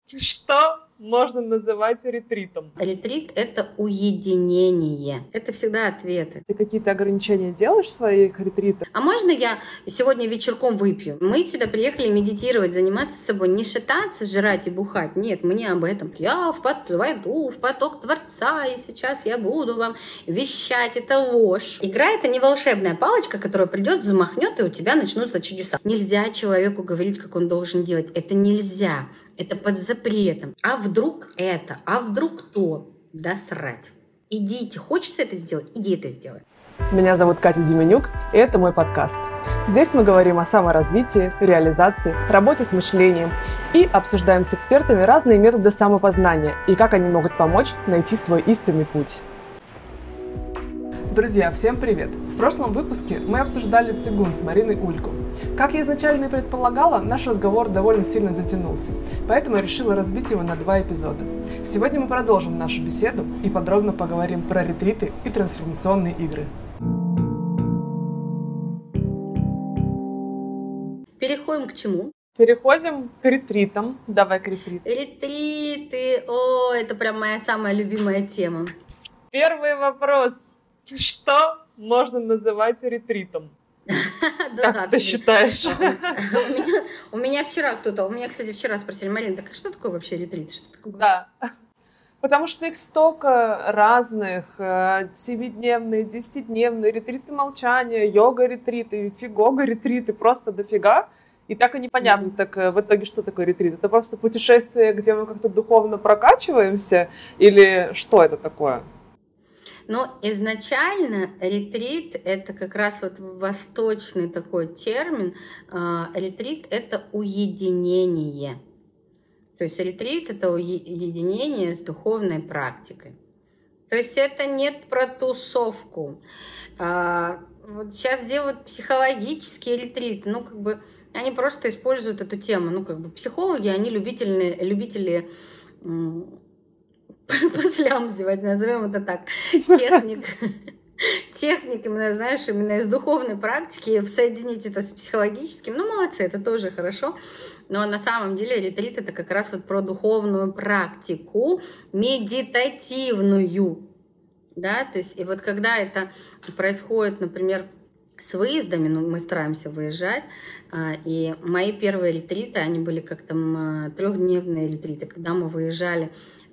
Что можно называть ретритом? Ретрит — это уединение. Это всегда ответы. Ты какие-то ограничения делаешь в своих ретритах? А можно я сегодня вечерком выпью? Мы сюда приехали медитировать, заниматься собой, не шататься, жрать и бухать. Нет, мы не об этом. Я войду в поток Творца, и сейчас я буду вам вещать. Это ложь. Игра — это не волшебная палочка, которая придет, взмахнет, и у тебя начнутся чудеса. Нельзя человеку говорить, как он должен делать. Это нельзя. Это под запретом. А вдруг это? А вдруг то? Да срать. Идите. Хочется это сделать? Иди это сделай. Меня зовут Катя Зименюк, и это мой подкаст. Здесь мы говорим о саморазвитии, реализации, работе с мышлением и обсуждаем с экспертами разные методы самопознания и как они могут помочь найти свой истинный путь. Друзья, всем привет! В прошлом выпуске мы обсуждали цигун с Мариной Улько. Как я изначально и предполагала, наш разговор довольно сильно затянулся, поэтому я решила разбить его на 2 эпизода. Сегодня мы продолжим нашу беседу и подробно поговорим про ретриты и трансформационные игры. Переходим к чему? Переходим к ретритам. Давай к ретритам. Ретриты. О, это прям моя самая любимая тема. Первый вопрос. Что можно называть ретритом? Как ты считаешь? У меня, кстати, вчера спросили: Марина, так что такое вообще ретрит? Что такое? Да. Потому что их столько разных. 7-дневные, 10-дневные, ретриты молчания, йога-ретриты, фигога-ретриты, просто дофига. И так и непонятно, так в итоге, что такое ретрит. Это просто путешествие, где мы как-то духовно прокачиваемся? Или что это такое? Но изначально ретрит — это как раз вот восточный такой термин. Ретрит — это уединение. То есть ретрит — это уединение с духовной практикой. То есть это нет про тусовку. Вот сейчас делают психологические ретриты. Они просто используют эту тему. Психологи, они любители послямзивать, назовем это так, техник, именно из духовной практики, соединить это с психологическим. Молодцы, это тоже хорошо. Но на самом деле ретрит — это как раз вот про духовную практику, медитативную. Да? То есть, и вот когда это происходит, например, с выездами, мы стараемся выезжать, и мои первые ретриты, они были как там 3-дневные ретриты, когда мы выезжали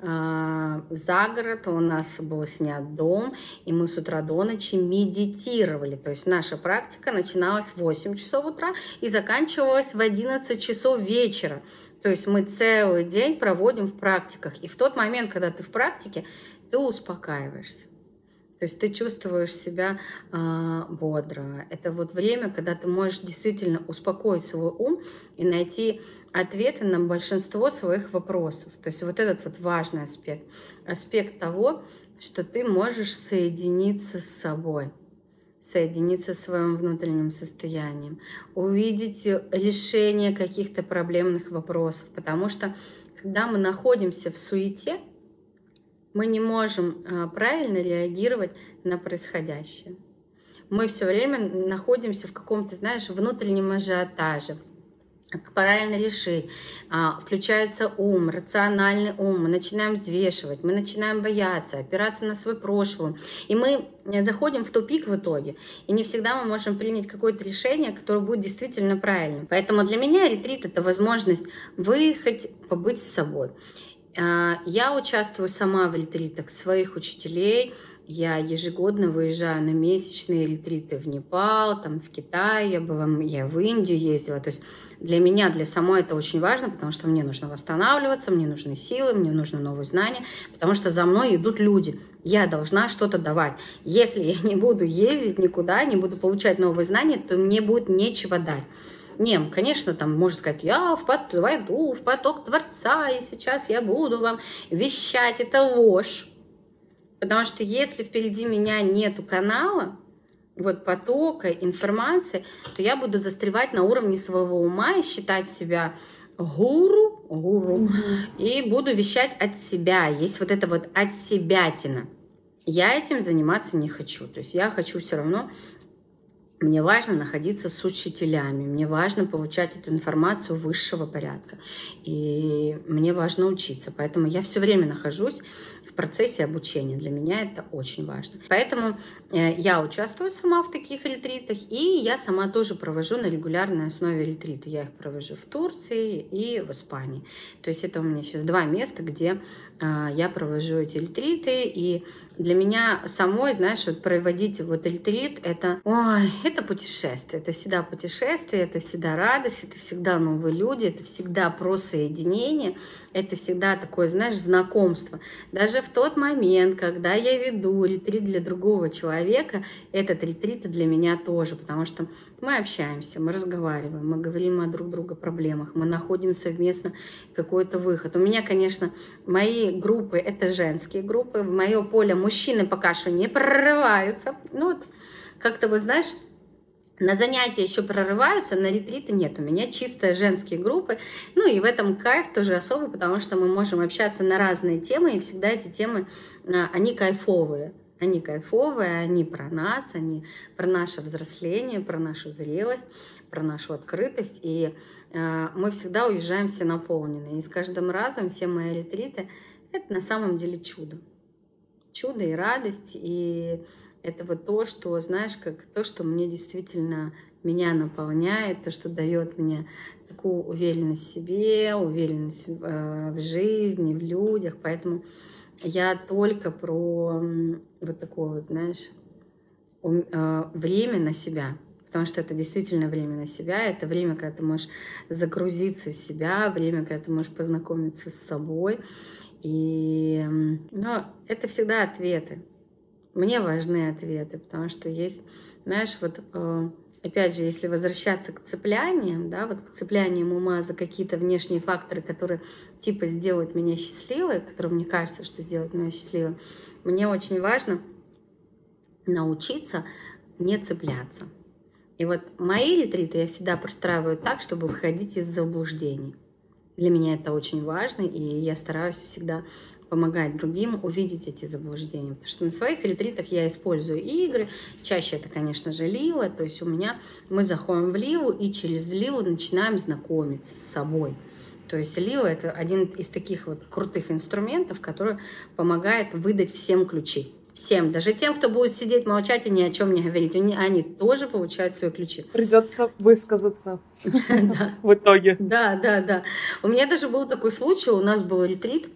за город, у нас был снят дом, и мы с утра до ночи медитировали. То есть наша практика начиналась в 8 часов утра и заканчивалась в 11 часов вечера. То есть мы целый день проводим в практиках. И в тот момент, когда ты в практике, ты успокаиваешься. То есть ты чувствуешь себя бодро. Это вот время, когда ты можешь действительно успокоить свой ум и найти ответы на большинство своих вопросов. То есть вот этот вот важный аспект. Аспект того, что ты можешь соединиться с собой, соединиться с своим внутренним состоянием, увидеть решение каких-то проблемных вопросов. Потому что когда мы находимся в суете, мы не можем правильно реагировать на происходящее. Мы все время находимся в каком-то, внутреннем ажиотаже. Как правильно решить? Включается ум, рациональный ум. Мы начинаем взвешивать, мы начинаем бояться, опираться на свой прошлый. И мы заходим в тупик в итоге. И не всегда мы можем принять какое-то решение, которое будет действительно правильным. Поэтому для меня ретрит — это возможность выехать, побыть с собой. Я участвую сама в ретритах своих учителей. Я ежегодно выезжаю на месячные ретриты в Непал, в Китай, я в Индию ездила. То есть для меня, для самой это очень важно, потому что мне нужно восстанавливаться, мне нужны силы, мне нужны новые знания, потому что за мной идут люди. Я должна что-то давать. Если я не буду ездить никуда, не буду получать новые знания, то мне будет нечего дать. Не, конечно, можно сказать: я войду в поток Творца, и сейчас я буду вам вещать. Это ложь. Потому что если впереди меня нету канала, потока информации, то я буду застревать на уровне своего ума и считать себя гуру, и буду вещать от себя. Есть вот это вот от себятина. Я этим заниматься не хочу. То есть я хочу все равно Мне важно находиться с учителями, мне важно получать эту информацию высшего порядка, и мне важно учиться. Поэтому я все время нахожусь в процессе обучения. Для меня это очень важно. Поэтому я участвую сама в таких ретритах, и я сама тоже провожу на регулярной основе ретриты. Я их провожу в Турции и в Испании. То есть это у меня сейчас 2 места, где я провожу эти ретриты, и для меня самой, знаешь, вот проводить вот ретрит, это путешествие, это всегда путешествие, это всегда радость, это всегда новые люди, это всегда про соединение, это всегда такое, знаешь, знакомство. Даже в тот момент, когда я веду ретрит для другого человека, этот ретрит для меня тоже, потому что мы общаемся, мы разговариваем, мы говорим о друг друга проблемах, мы находим совместно какой-то выход. У меня, конечно, мои группы — это женские группы, в мое поле мужчины пока что не прорываются. Ну вот как-то, вы знаешь, на занятия еще прорываются, на ретриты нет. У меня чисто женские группы. Ну и в этом кайф тоже особый, потому что мы можем общаться на разные темы, и всегда эти темы, они кайфовые. Они кайфовые, они про нас, они про наше взросление, про нашу зрелость, про нашу открытость. И мы всегда уезжаем все наполненные. И с каждым разом все мои ретриты — это на самом деле чудо. Чудо и радость, и это вот то, что, знаешь, как то, что мне действительно наполняет, то, что дает мне такую уверенность в себе, уверенность в жизни, в людях. Поэтому я только про вот такое, знаешь, время на себя. Потому что это действительно время на себя, это время, когда ты можешь загрузиться в себя, время, когда ты можешь познакомиться с собой. Но это всегда ответы. Мне важны ответы, потому что есть, знаешь, вот опять же, если возвращаться к цепляниям, да, вот к цепляниям ума за какие-то внешние факторы, которые типа сделают меня счастливой, которые мне кажется, что сделают меня счастливой, мне очень важно научиться не цепляться. И вот мои ретриты я всегда простраиваю так, чтобы выходить из заблуждений. Для меня это очень важно, и я стараюсь всегда помогать другим увидеть эти заблуждения. Потому что на своих ретритах я использую игры. Чаще это, конечно же, лила. То есть мы заходим в лилу и через лилу начинаем знакомиться с собой. То есть лила — это один из таких вот крутых инструментов, который помогает выдать всем ключи. Всем, даже тем, кто будет сидеть, молчать и ни о чем не говорить, они тоже получают свои ключи. Придется высказаться в итоге. Да. У меня даже был такой случай, у нас был ретрит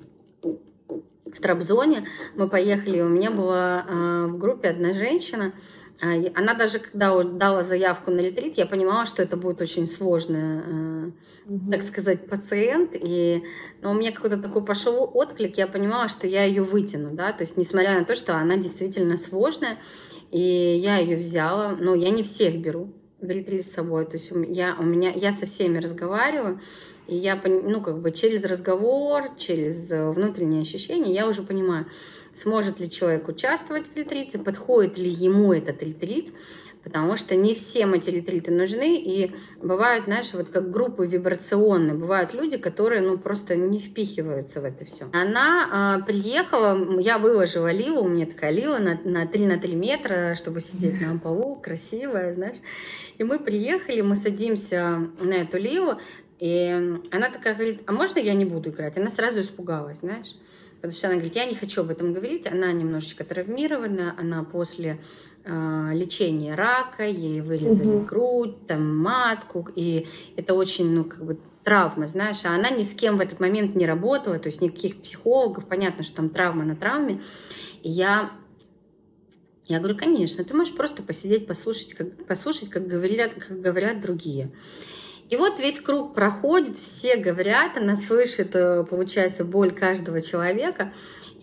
в Трабзоне, мы поехали, у меня была в группе одна женщина, она даже, когда дала заявку на ретрит, я понимала, что это будет очень сложный, так сказать, пациент. Но у меня какой-то такой пошел отклик, я понимала, что я ее вытяну, да, то есть несмотря на то, что она действительно сложная, и я ее взяла, но я не всех беру в ретрит с собой, то есть я со всеми разговариваю, и я, через разговор, через внутренние ощущения я уже понимаю, сможет ли человек участвовать в ретрите, подходит ли ему этот ретрит, потому что не всем эти ретриты нужны, и бывают, знаешь, вот как группы вибрационные, бывают люди, которые, просто не впихиваются в это все. Она приехала, я выложила лилу, у меня такая лила на 3 метра, чтобы сидеть на полу, красивая, знаешь, и мы приехали, мы садимся на эту лилу, и она такая говорит: а можно я не буду играть? Она сразу испугалась, знаешь. Потому что она говорит: я не хочу об этом говорить. Она немножечко травмирована, она после лечения рака, ей вырезали грудь, там, матку, и это очень, травма, знаешь. А она ни с кем в этот момент не работала, то есть никаких психологов, понятно, что там травма на травме. И я говорю: конечно, ты можешь просто посидеть, послушать, как говорят другие. И вот весь круг проходит, все говорят, она слышит, получается, боль каждого человека.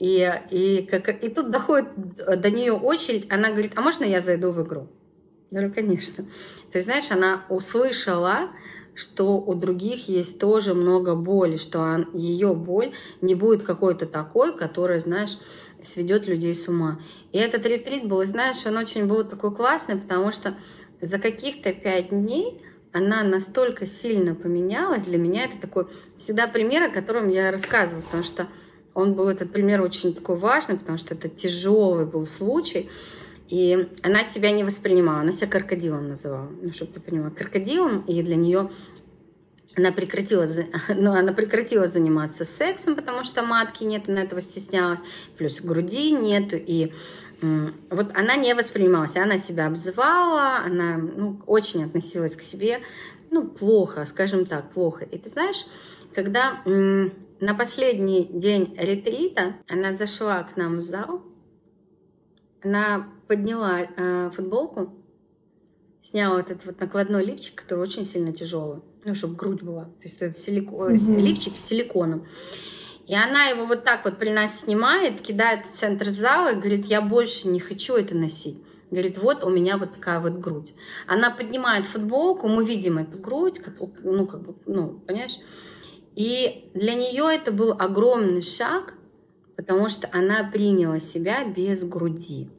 И тут доходит до нее очередь, она говорит: а можно я зайду в игру? Я говорю: конечно. То есть, знаешь, она услышала, что у других есть тоже много боли, что ее боль не будет какой-то такой, которая, знаешь, сведет людей с ума. И этот ретрит был, знаешь, он очень был такой классный, потому что за каких-то 5 дней она настолько сильно поменялась. Для меня это такой всегда пример, о котором я рассказываю, потому что этот пример очень такой важный, потому что это тяжелый был случай. И она себя не воспринимала, она себя крокодилом называла, ну, чтобы ты понимала, крокодилом, и для нее она прекратила заниматься сексом, потому что матки нет, она этого стеснялась, плюс груди нету, и вот она не воспринималась, она себя обзывала, она очень относилась к себе, плохо, скажем так, плохо. И ты знаешь, когда на последний день ретрита она зашла к нам в зал, она подняла футболку, сняла вот этот вот накладной лифчик, который очень сильно тяжелый, чтобы грудь была. То есть это лифчик с силиконом. И она его вот так вот при нас снимает, кидает в центр зала и говорит, я больше не хочу это носить. Говорит, вот у меня вот такая вот грудь. Она поднимает футболку, мы видим эту грудь, понимаешь? И для нее это был огромный шаг, потому что она приняла себя без груди.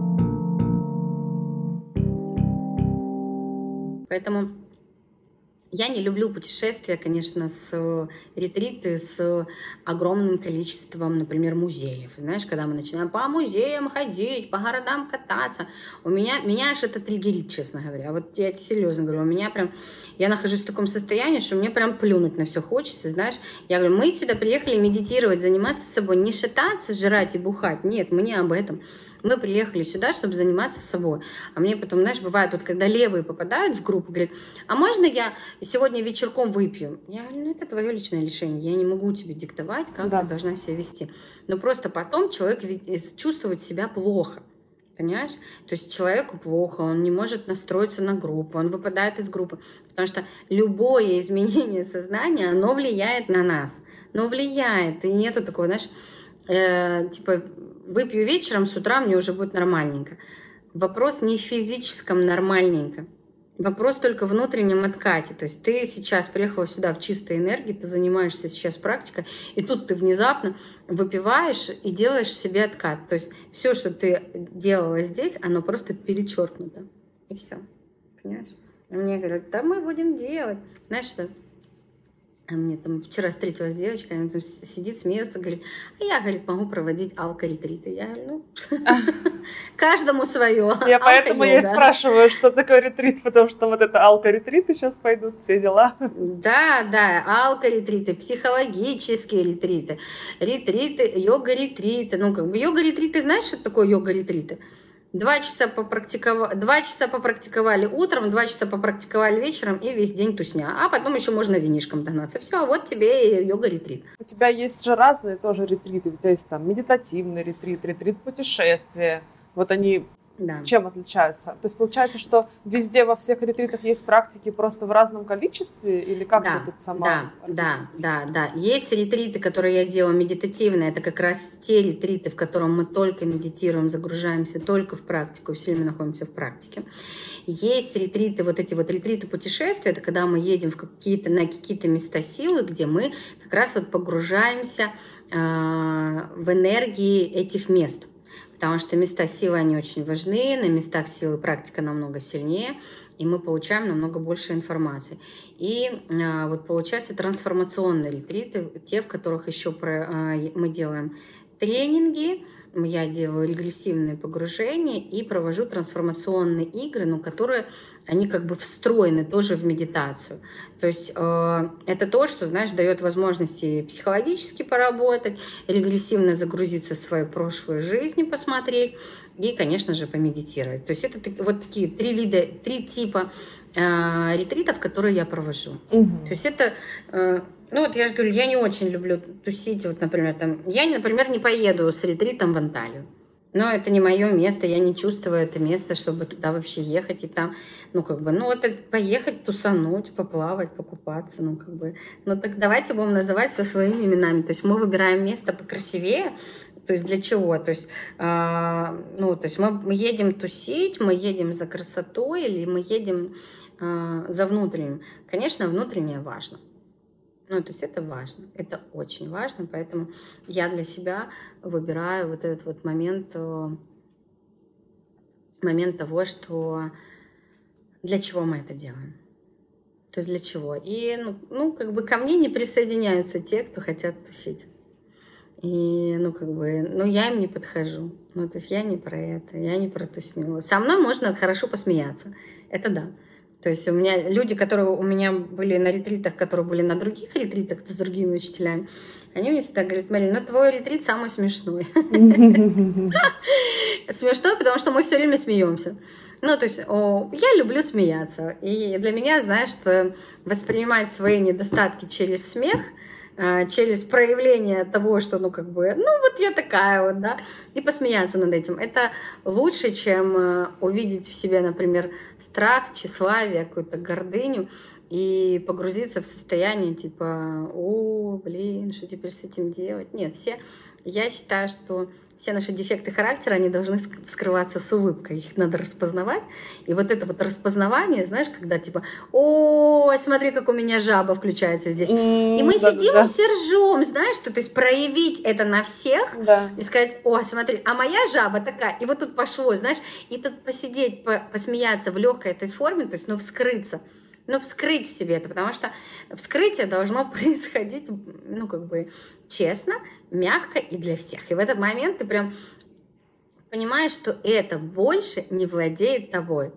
Поэтому я не люблю путешествия, конечно, с ретриты, с огромным количеством, например, музеев. Знаешь, когда мы начинаем по музеям ходить, по городам кататься, меня аж это триггерит, честно говоря. Вот я тебе серьезно говорю, я нахожусь в таком состоянии, что мне прям плюнуть на все хочется, знаешь. Я говорю, мы сюда приехали медитировать, заниматься собой, не шататься, жрать и бухать. Нет, мы не об этом. Мы приехали сюда, чтобы заниматься собой. А мне потом, знаешь, бывает, вот когда левые попадают в группу, говорят, а можно я сегодня вечерком выпью? Я говорю, это твое личное решение. Я не могу тебе диктовать, как ты должна себя вести. Но просто потом человек чувствует себя плохо. Понимаешь? То есть человеку плохо, он не может настроиться на группу, он выпадает из группы. Потому что любое изменение сознания, оно влияет на нас. Но влияет. И нету такого, знаешь, выпью вечером, с утра мне уже будет нормальненько. Вопрос не в физическом нормальненько. Вопрос только в внутреннем откате. То есть ты сейчас приехала сюда в чистой энергии, ты занимаешься сейчас практикой, и тут ты внезапно выпиваешь и делаешь себе откат. То есть все, что ты делала здесь, оно просто перечеркнуто. И все. Понимаешь? И мне говорят, да мы будем делать. Знаешь что? А мне там вчера встретилась девочка, она там сидит, смеется, говорит, а я, говорит, могу проводить алко-ретриты. Я говорю, каждому свое. Я поэтому и спрашиваю, что такое ретрит, потому что вот это алко-ретриты сейчас пойдут, все дела. Да, алко-ретриты, психологические ретриты, йога-ретриты. Йога-ретриты, знаешь, что такое йога-ретриты? 2 часа попрактиковали утром, 2 часа попрактиковали вечером и весь день тусня. А потом еще можно винишком догнаться. Все, вот тебе и йога-ретрит. У тебя есть же разные тоже ретриты. У тебя есть там медитативный ретрит, ретрит путешествия. Вот они чем отличаются? То есть получается, что везде во всех ретритах есть практики просто в разном количестве? Или как ты тут сама? Да. Есть ретриты, которые я делаю медитативные. Это как раз те ретриты, в котором мы только медитируем, загружаемся только в практику, все время находимся в практике. Есть ретриты, вот эти вот ретриты путешествия, это когда мы едем на какие-то места силы, где мы как раз вот погружаемся в энергии этих мест. Потому что места силы, они очень важны, на местах силы практика намного сильнее, и мы получаем намного больше информации. И вот получается трансформационные ретриты, те, в которых еще мы делаем тренинги, я делаю регрессивные погружения и провожу трансформационные игры, которые они как бы встроены тоже в медитацию. То есть это то, что, знаешь, дает возможности психологически поработать, регрессивно загрузиться в свою прошлую жизнь, посмотреть и, конечно же, помедитировать. То есть это вот такие 3 типа ретритов, которые я провожу. То есть это... я же говорю, я не очень люблю тусить, например, я, например, не поеду с ретритом в Анталию. Но это не мое место, я не чувствую это место, чтобы туда вообще ехать и там, это поехать, тусануть, поплавать, покупаться, так давайте будем называть все своими именами. То есть мы выбираем место покрасивее. То есть для чего? То есть, мы едем тусить, мы едем за красотой или мы едем за внутренним. Конечно, внутреннее важно. То есть это важно, это очень важно, поэтому я для себя выбираю вот этот вот момент того, что для чего мы это делаем. То есть для чего. И, ко мне не присоединяются те, кто хотят тусить. И, ну, как бы, ну, я им не подхожу. Ну, то есть я не про это, я не про тусню. Со мной можно хорошо посмеяться. Это да. То есть у меня люди, которые у меня были на ретритах, которые были на других ретритах с другими учителями, они мне всегда говорят: Марина, ну твой ретрит самый смешной. Смешной, потому что мы все время смеемся. Ну, то есть я люблю смеяться. И для меня, знаешь, что воспринимать свои недостатки через смех, через проявление того, что, ну, как бы, ну, вот я такая вот, да, и посмеяться над этим. Это лучше, чем увидеть в себе, например, страх, тщеславие, какую-то гордыню и погрузиться в состояние типа: о, блин, что теперь с этим делать? Нет, я считаю, что все наши дефекты характера, они должны вскрываться с улыбкой, их надо распознавать. И вот это вот распознавание, знаешь, когда типа: о, смотри, как у меня жаба включается здесь. И мы сидим и все ржем, знаешь, что, то есть проявить это на всех и сказать: о, смотри, а моя жаба такая. И вот тут пошло, знаешь, и тут посидеть, посмеяться в легкой этой форме, то есть, ну, вскрыться. Ну, вскрыть в себе это, потому что вскрытие должно происходить, ну, как бы честно, мягко и для всех. И в этот момент ты прям понимаешь, что это больше не владеет тобой.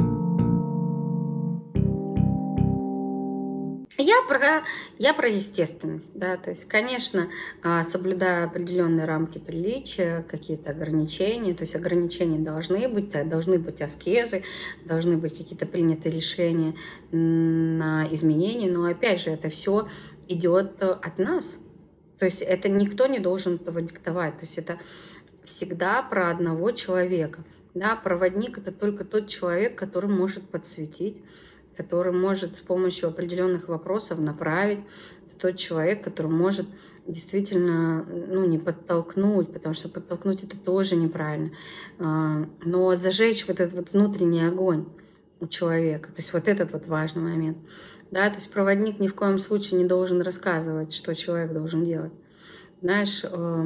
Я про естественность, да, то есть, конечно, соблюдая определенные рамки приличия, какие-то ограничения, то есть ограничения должны быть аскезы, должны быть какие-то принятые решения на изменения, но опять же это все идет от нас, то есть это никто не должен этого диктовать, то есть это всегда про одного человека, да, проводник — это только тот человек, который может подсветить, который может с помощью определенных вопросов направить. Это тот человек, который может действительно, ну, не подтолкнуть, потому что подтолкнуть — это тоже неправильно, но зажечь вот этот вот внутренний огонь у человека. То есть вот этот вот важный момент. Да? То есть проводник ни в коем случае не должен рассказывать, что человек должен делать. Знаешь,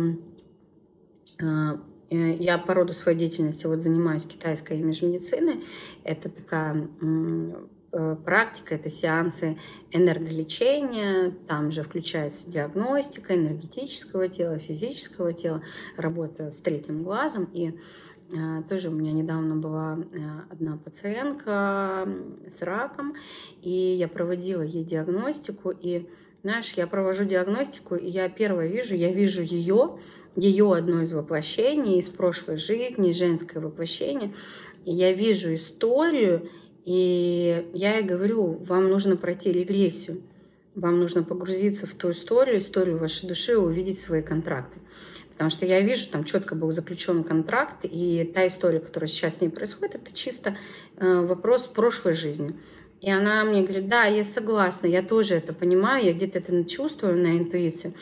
я по роду своей деятельности вот занимаюсь китайской имидж-медициной. Это такая практика, это сеансы энерголечения, там же включается диагностика энергетического тела, физического тела, работа с третьим глазом. И тоже у меня недавно была одна пациентка с раком, и я проводила ей диагностику, и, знаешь, я провожу диагностику, и я первое вижу ее одно из воплощений из прошлой жизни, женское воплощение, и я вижу историю. И я ей говорю: вам нужно пройти регрессию, вам нужно погрузиться в ту историю вашей души и увидеть свои контракты. Потому что я вижу, там четко был заключен контракт, и та история, которая сейчас с ней происходит, это чисто вопрос прошлой жизни. И она мне говорит: да, я согласна, я тоже это понимаю, я где-то это чувствую на интуиции.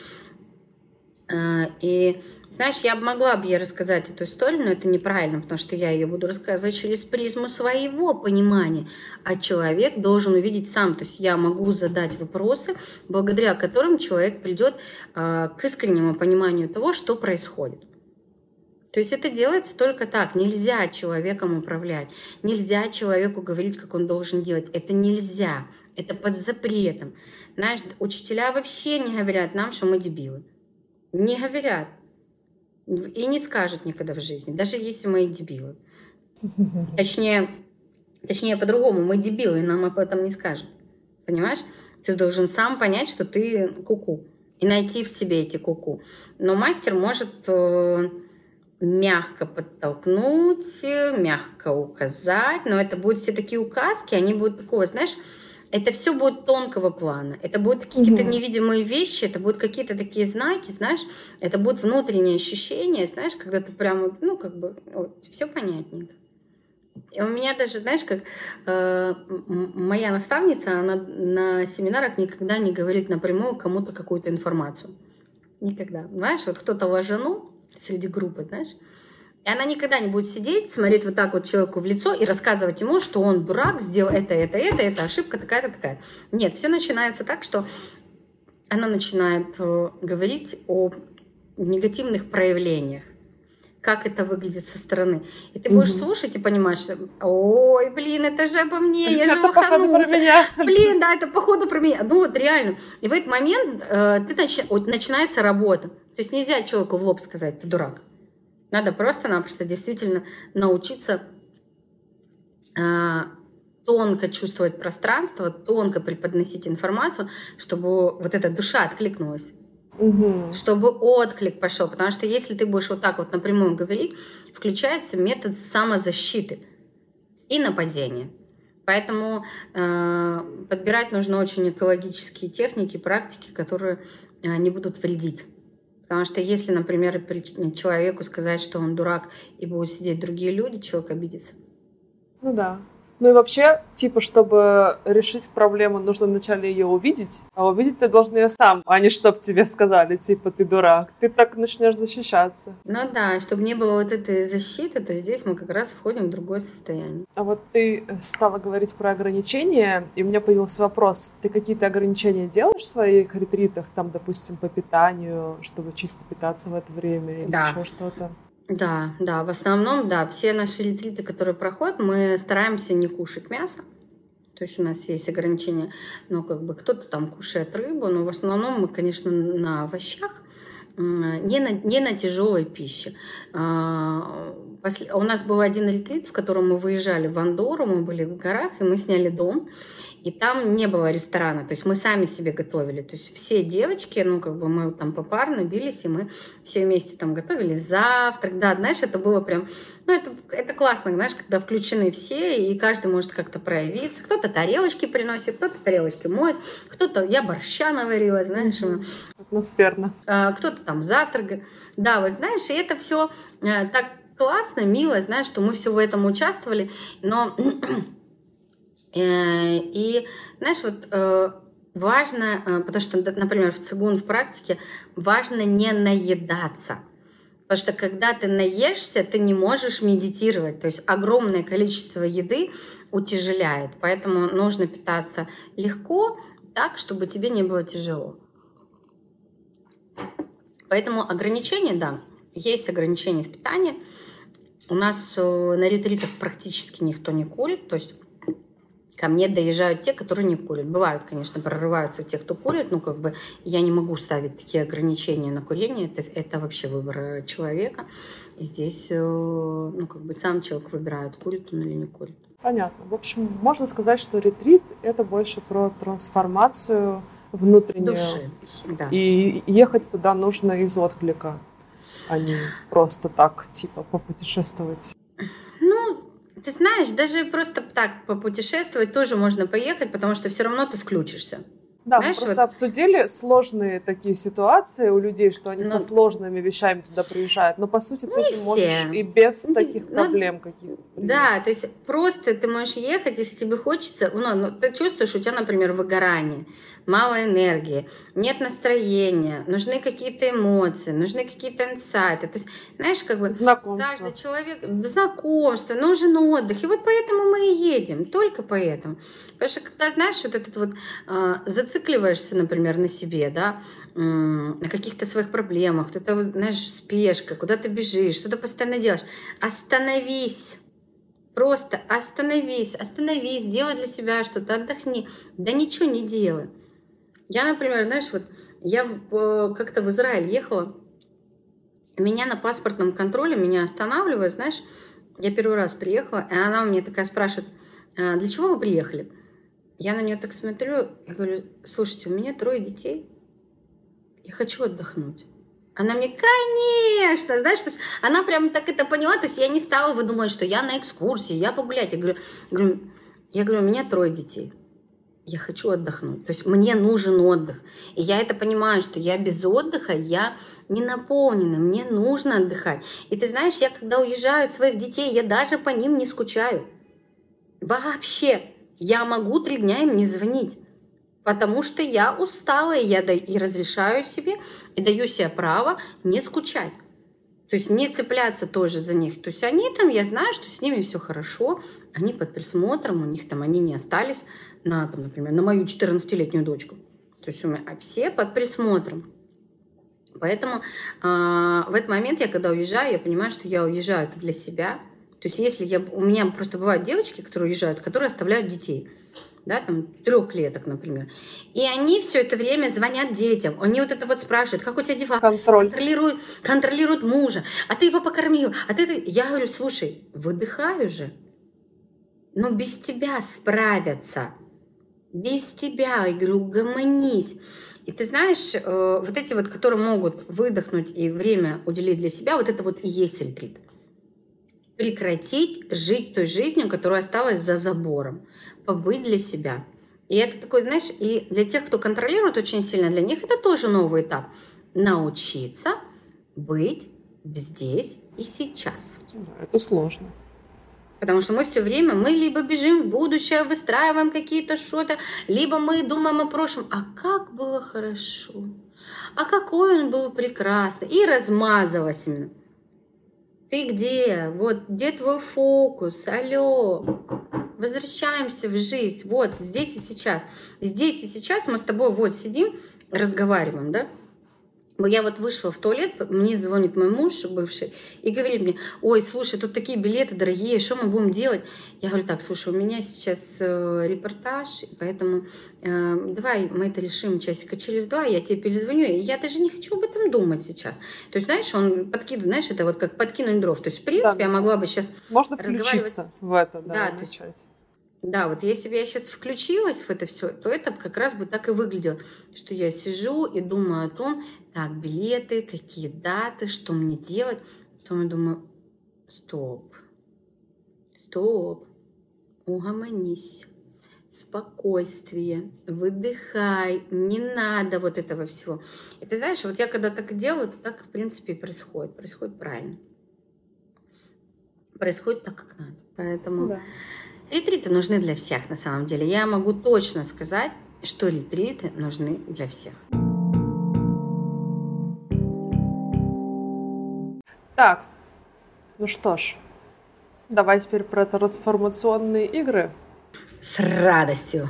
И знаешь, я могла бы ей рассказать эту историю, но это неправильно, потому что я ее буду рассказывать через призму своего понимания, а человек должен увидеть сам. То есть я могу задать вопросы, благодаря которым человек придет к искреннему пониманию того, что происходит. То есть это делается только так. Нельзя человеком управлять, нельзя человеку говорить, как он должен делать. Это нельзя, это под запретом. Знаешь, учителя вообще не говорят нам, что мы дебилы. Не говорят. И не скажут никогда в жизни, даже если мы дебилы. Точнее по-другому, мы дебилы, и нам об этом не скажут. Понимаешь? Ты должен сам понять, что ты ку-ку, и найти в себе эти ку-ку. Но мастер может мягко подтолкнуть, мягко указать, но это будут все такие указки, они будут такого, знаешь, это все будет тонкого плана. Это будут какие-то невидимые вещи, это будут какие-то такие знаки, знаешь, это будут внутренние ощущения, знаешь, когда ты прямо, ну, как бы, вот, все понятненько. И у меня даже, знаешь, как моя наставница, она на семинарах никогда не говорит напрямую кому-то какую-то информацию. Никогда. Знаешь, вот кто-то ложанул среди группы, знаешь, и она никогда не будет сидеть, смотреть вот так вот человеку в лицо и рассказывать ему, что он дурак, сделал это, ошибка такая-то, такая. Нет, все начинается так, что она начинает говорить о негативных проявлениях. как это выглядит со стороны. И ты будешь слушать и понимать, что ой, блин, это же обо мне, я же лоханулся. Блин, да, это походу про меня. Ну вот реально. И в этот момент начинается работа. То есть нельзя человеку в лоб сказать, ты дурак. Надо просто-напросто действительно научиться тонко чувствовать пространство, тонко преподносить информацию, чтобы вот эта душа откликнулась. Чтобы отклик пошел. Потому что если ты будешь вот так вот напрямую говорить, включается метод самозащиты и нападения. Поэтому подбирать нужно очень экологические техники, практики, которые не будут вредить. Потому что если, например, человеку сказать, что он дурак, и будут сидеть другие люди, человек обидится. Ну да. Ну и вообще, типа, чтобы решить проблему, нужно вначале ее увидеть, а увидеть ты должен ее сам, а не чтоб тебе сказали, типа, ты дурак. Ты так начнешь защищаться. Ну да, чтобы не было вот этой защиты, то здесь мы как раз входим в другое состояние. А вот ты стала говорить про ограничения, и у меня появился вопрос. Ты какие-то ограничения делаешь в своих ретритах, там, допустим, по питанию, чтобы чисто питаться в это время или еще что-то? Да, в основном, да, все наши ретриты, которые проходят, мы стараемся не кушать мясо. То есть у нас есть ограничения, ну, как бы кто-то там кушает рыбу, но в основном мы, конечно, на овощах, не на тяжелой пище. У нас был один ретрит, в котором мы выезжали в Андорру, мы были в горах, и мы сняли дом. И там не было ресторана, то есть мы сами себе готовили. То есть все девочки, ну, как бы мы там попарно бились, и мы все вместе там готовили завтрак. Да, знаешь, это было прям... Ну, это классно, знаешь, когда включены все, и каждый может как-то проявиться. Кто-то тарелочки приносит, кто-то тарелочки моет, кто-то... Я борща наварила, знаешь. Атмосферно. Кто-то там завтрак. Да, вот знаешь, и это все так классно, мило, знаешь, что мы все в этом участвовали, но... И, знаешь, вот важно, потому что, например, в цигун, в практике, важно не наедаться. Потому что когда ты наешься, ты не можешь медитировать. То есть огромное количество еды утяжеляет. Поэтому нужно питаться легко, так, чтобы тебе не было тяжело. Поэтому ограничения, да, есть ограничения в питании. У нас на ретритах практически никто не курит. То есть ко мне доезжают те, которые не курят. Бывают, конечно, прорываются те, кто курит, но как бы я не могу ставить такие ограничения на курение. Это вообще выбор человека. И здесь, ну, как бы сам человек выбирает, курит он или не курит. Понятно. В общем, можно сказать, что ретрит — это больше про трансформацию внутреннюю. Души, да. И ехать туда нужно из отклика, а не просто так, типа, попутешествовать. Ну, ты знаешь, даже просто так попутешествовать тоже можно поехать, потому что все равно ты включишься. Да, знаешь, мы просто обсудили сложные такие ситуации у людей, что они со сложными вещами туда приезжают. Но, по сути, ты же можешь и без таких проблем каких-то. Да, то есть просто ты можешь ехать, если тебе хочется. Ну, ты чувствуешь, у тебя, например, выгорание, мало энергии, нет настроения, нужны какие-то эмоции, нужны какие-то инсайты. То есть, знаешь, как бы каждый человек... Знакомство, нужен отдых. И вот поэтому мы и едем, только поэтому. Потому что, когда, знаешь, вот этот вот зацикливаешься, например, на себе, да, на каких-то своих проблемах, кто-то, знаешь, спешка, куда ты бежишь, что-то постоянно делаешь. Остановись. Просто остановись, делай для себя что-то, отдохни. Да ничего не делай. Я, например, знаешь, вот я как-то в Израиль ехала, меня на паспортном контроле, меня останавливают, знаешь, я первый раз приехала, и она мне такая спрашивает, для чего вы приехали? Я на нее так смотрю, я говорю, слушайте, у меня 3 детей, я хочу отдохнуть. Она мне, конечно, знаешь, то есть она прям так это поняла, то есть я не стала выдумывать, что я на экскурсии, я погулять. Я говорю, у меня 3 детей, я хочу отдохнуть, то есть мне нужен отдых. И я это понимаю, что я без отдыха, я не наполнена, мне нужно отдыхать. И ты знаешь, я когда уезжаю от своих детей, я даже по ним не скучаю. Вообще, я могу 3 дня им не звонить. Потому что я устала, и я и разрешаю себе, и даю себе право не скучать. То есть не цепляться тоже за них. То есть они там, я знаю, что с ними все хорошо, они под присмотром, у них там, они не остались на, там, например, на мою 14-летнюю дочку. То есть у меня все под присмотром. Поэтому в этот момент я, когда уезжаю, я понимаю, что я уезжаю это для себя. То есть если у меня просто бывают девочки, которые уезжают, которые оставляют детей, да, там, 3-леток, например. И они все это время звонят детям. Они вот это вот спрашивают, как у тебя дела? Контроль. Контролируют мужа. А ты его покормил? А ты... Я говорю, слушай, выдыхай уже. Но без тебя справятся. Без тебя. Я говорю, угомонись. И ты знаешь, вот эти вот, которые могут выдохнуть и время уделить для себя, вот это вот и есть ретрит. Прекратить жить той жизнью, которая осталась за забором. Побыть для себя. И это такой, знаешь, и для тех, кто контролирует очень сильно, для них это тоже новый этап. Научиться быть здесь и сейчас. Это сложно. Потому что мы все время, мы либо бежим в будущее, выстраиваем какие-то что-то, либо мы думаем о прошлом. А как было хорошо? А какой он был прекрасный? И размазалась именно. Ты где? Вот, где твой фокус? Алло. Возвращаемся в жизнь. Вот, здесь и сейчас. Здесь и сейчас мы с тобой вот сидим, разговариваем, да? Я вот вышла в туалет, мне звонит мой муж бывший и говорит мне, ой, слушай, тут такие билеты дорогие, что мы будем делать? Я говорю, так, слушай, у меня сейчас репортаж, поэтому давай мы это решим часика через 2, я тебе перезвоню, и я даже не хочу об этом думать сейчас. То есть, знаешь, он подкидывает, знаешь, это вот как подкинуть дров. То есть, в принципе, Да. я могла бы сейчас можно включиться в это, да, начать. Да, вот если бы я сейчас включилась в это все, то это как раз бы так и выглядело, что я сижу и думаю о том, так, билеты, какие даты, что мне делать. Потом я думаю, стоп, угомонись, спокойствие, выдыхай, не надо вот этого всего. И ты знаешь, вот я когда так делаю, то так, в принципе, и происходит правильно. Происходит так, как надо. Поэтому... Да. Ретриты нужны для всех, на самом деле. Я могу точно сказать, что ретриты нужны для всех. Так, ну что ж, давай теперь про трансформационные игры. С радостью.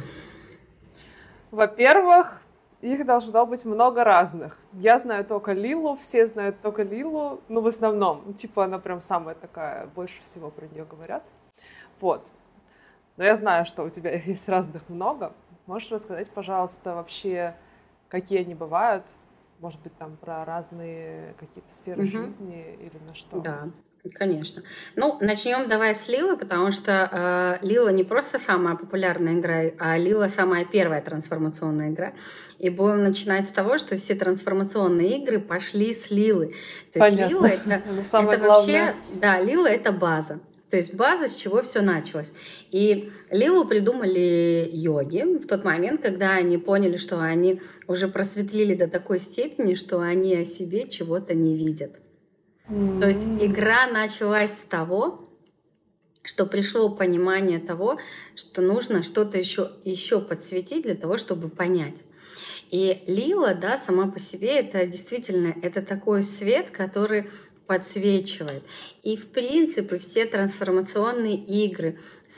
Во-первых, их должно быть много разных. Я знаю только Лилу, все знают только Лилу, ну, в основном. Типа, она прям самая такая, больше всего про нее говорят. Вот. Но я знаю, что у тебя их есть разных много. Можешь рассказать, пожалуйста, вообще, какие они бывают? Может быть, там про разные какие-то сферы жизни или на что? Да, конечно. Ну, начнем давай с Лилы, потому что Лила не просто самая популярная игра, а Лила самая первая трансформационная игра. И будем начинать с того, что все трансформационные игры пошли с Лилы. То есть Лила это вообще, да, Лила это база. То есть база, с чего все началось. И Лилу придумали йоги в тот момент, когда они поняли, что они уже просветлили до такой степени, что они о себе чего-то не видят. То есть игра началась с того, что пришло понимание того, что нужно что-то еще подсветить для того, чтобы понять. И Лила, да, сама по себе, это действительно, это такой свет, который подсвечивает. И, в принципе, все трансформационные игры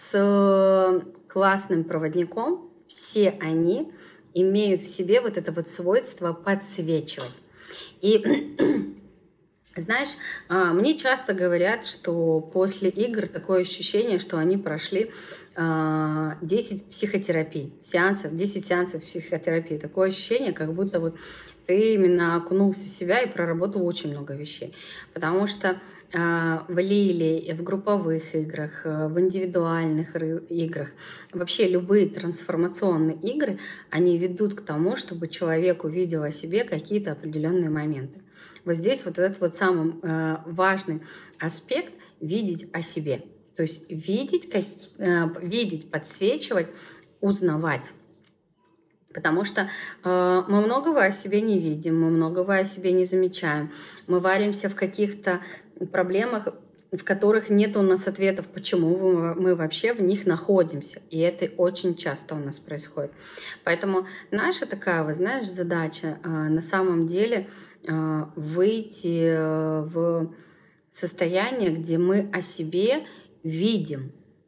с классным проводником, все они имеют в себе вот это вот свойство подсвечивать. И знаешь, мне часто говорят, что после игр такое ощущение, что они прошли 10 психотерапий, 10 сеансов психотерапии. Такое ощущение, как будто вот ты именно окунулся в себя и проработал очень много вещей. Потому что в Лиле, в групповых играх, в индивидуальных играх, вообще любые трансформационные игры, они ведут к тому, чтобы человек увидел о себе какие-то определенные моменты. Вот здесь вот этот вот самый важный аспект — видеть о себе. То есть видеть, подсвечивать, узнавать. Потому что мы многого о себе не видим, мы многого о себе не замечаем. Мы варимся в каких-то проблемах, в которых нет у нас ответов, почему мы вообще в них находимся. И это очень часто у нас происходит. Поэтому наша такая, вы знаешь, задача на самом деле выйти в состояние, где мы о себе видим,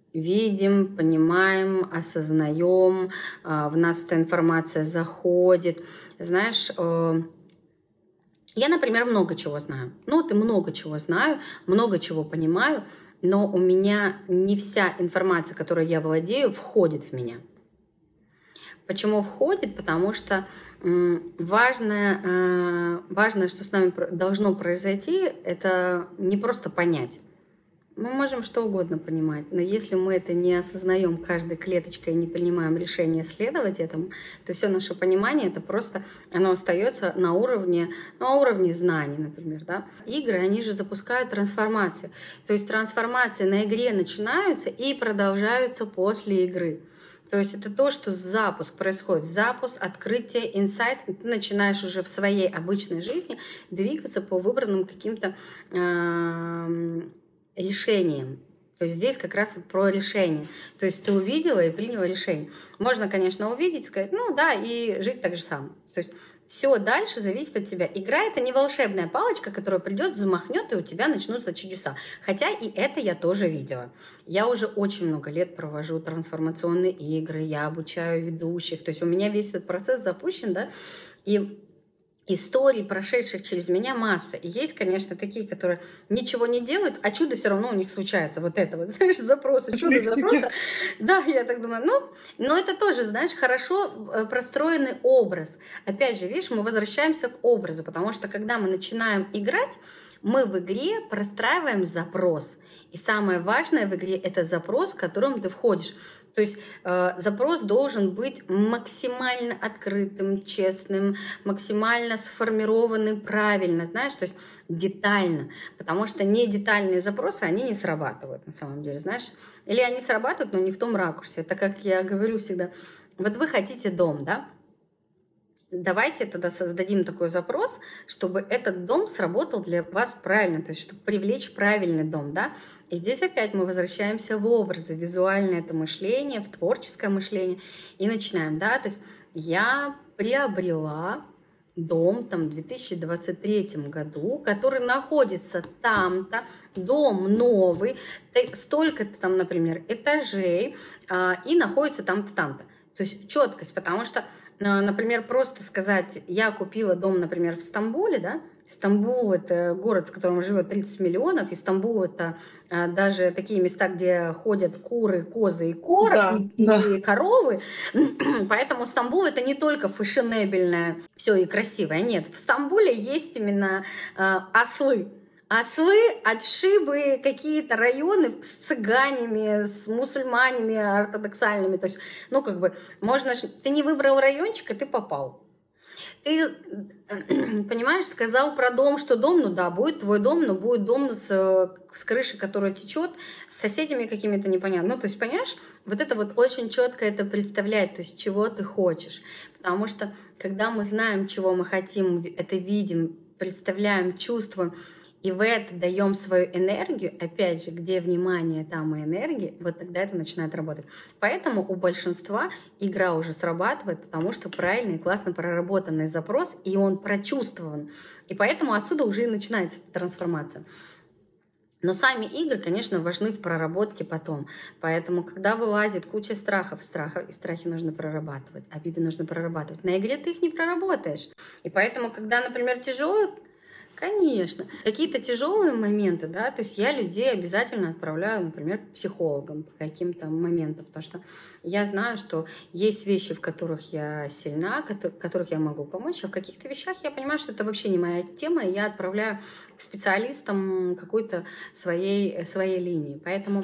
понимаем, осознаем, в нас эта информация заходит. Знаешь, Я, например, много чего знаю. Ну, вот и много чего знаю, много чего понимаю, но у меня не вся информация, которой я владею, входит в меня. Почему входит? Потому что важное, что с нами должно произойти, это не просто понять. Мы можем что угодно понимать, но если мы это не осознаем каждой клеточкой и не принимаем решение следовать этому, то все наше понимание, это просто, оно остается на уровне знаний, например. Да? Игры, они же запускают трансформацию. То есть трансформации на игре начинаются и продолжаются после игры. То есть это то, что запуск происходит. Запуск, открытие, инсайт. И ты начинаешь уже в своей обычной жизни двигаться по выбранным каким-то решением. То есть здесь как раз вот про решение. То есть ты увидела и приняла решение. Можно, конечно, увидеть, сказать, ну да, и жить так же самое. То есть все дальше зависит от тебя. Игра — это не волшебная палочка, которая придет, взмахнет, и у тебя начнутся чудеса. Хотя и это я тоже видела. Я уже очень много лет провожу трансформационные игры, я обучаю ведущих. То есть у меня весь этот процесс запущен, да, и историй, прошедших через меня, масса. И есть, конечно, такие, которые ничего не делают, а чудо все равно у них случается. Вот это вот, знаешь, запросы, чудо запроса. Да, я так думаю, но это тоже, знаешь, хорошо простроенный образ. Опять же, видишь, мы возвращаемся к образу, потому что когда мы начинаем играть, мы в игре простраиваем запрос. И самое важное в игре — это запрос, в которым ты входишь. То есть запрос должен быть максимально открытым, честным, максимально сформированным правильно, знаешь, то есть детально. Потому что не детальные запросы, они не срабатывают на самом деле, знаешь. Или они срабатывают, но не в том ракурсе. Это как я говорю всегда. Вот вы хотите дом, да? Давайте тогда создадим такой запрос, чтобы этот дом сработал для вас правильно, то есть чтобы привлечь правильный дом, да. И здесь опять мы возвращаемся в образы, визуальное это мышление, в творческое мышление и начинаем, да. То есть я приобрела дом там в 2023 году, который находится там-то, дом новый, столько-то там, например, этажей, и находится там-то, там-то. То есть четкость, потому что, например, просто сказать, я купила дом, например, в Стамбуле, да, Стамбул — это город, в котором живет 30 миллионов, и Стамбул — это даже такие места, где ходят куры, козы и коровы, поэтому Стамбул — это не только фешенебельное все и красивое, нет, в Стамбуле есть именно ослы, отшибы, какие-то районы с цыганями, с мусульманами ортодоксальными. То есть, ну, как бы, можно... Ты не выбрал райончик, и ты попал. Ты, понимаешь, сказал про дом, что дом, ну да, будет твой дом, но будет дом с крышей, которая течет, с соседями какими-то непонятными. Ну, то есть, понимаешь, вот это вот очень четко это представляет, то есть, чего ты хочешь. Потому что, когда мы знаем, чего мы хотим, это видим, представляем, чувствуем, и в это даем свою энергию, опять же, где внимание, там и энергия, вот тогда это начинает работать. Поэтому у большинства игра уже срабатывает, потому что правильный, классно проработанный запрос, и он прочувствован. И поэтому отсюда уже и начинается трансформация. Но сами игры, конечно, важны в проработке потом. Поэтому, когда вылазит куча страхов, и страхи нужно прорабатывать, обиды нужно прорабатывать. На игре ты их не проработаешь. И поэтому, когда, например, тяжелый, конечно. Какие-то тяжелые моменты, да, то есть я людей обязательно отправляю, например, к психологам по каким-то моментам, потому что я знаю, что есть вещи, в которых я сильна, в которых я могу помочь, а в каких-то вещах я понимаю, что это вообще не моя тема, и я отправляю к специалистам какой-то своей линии. Поэтому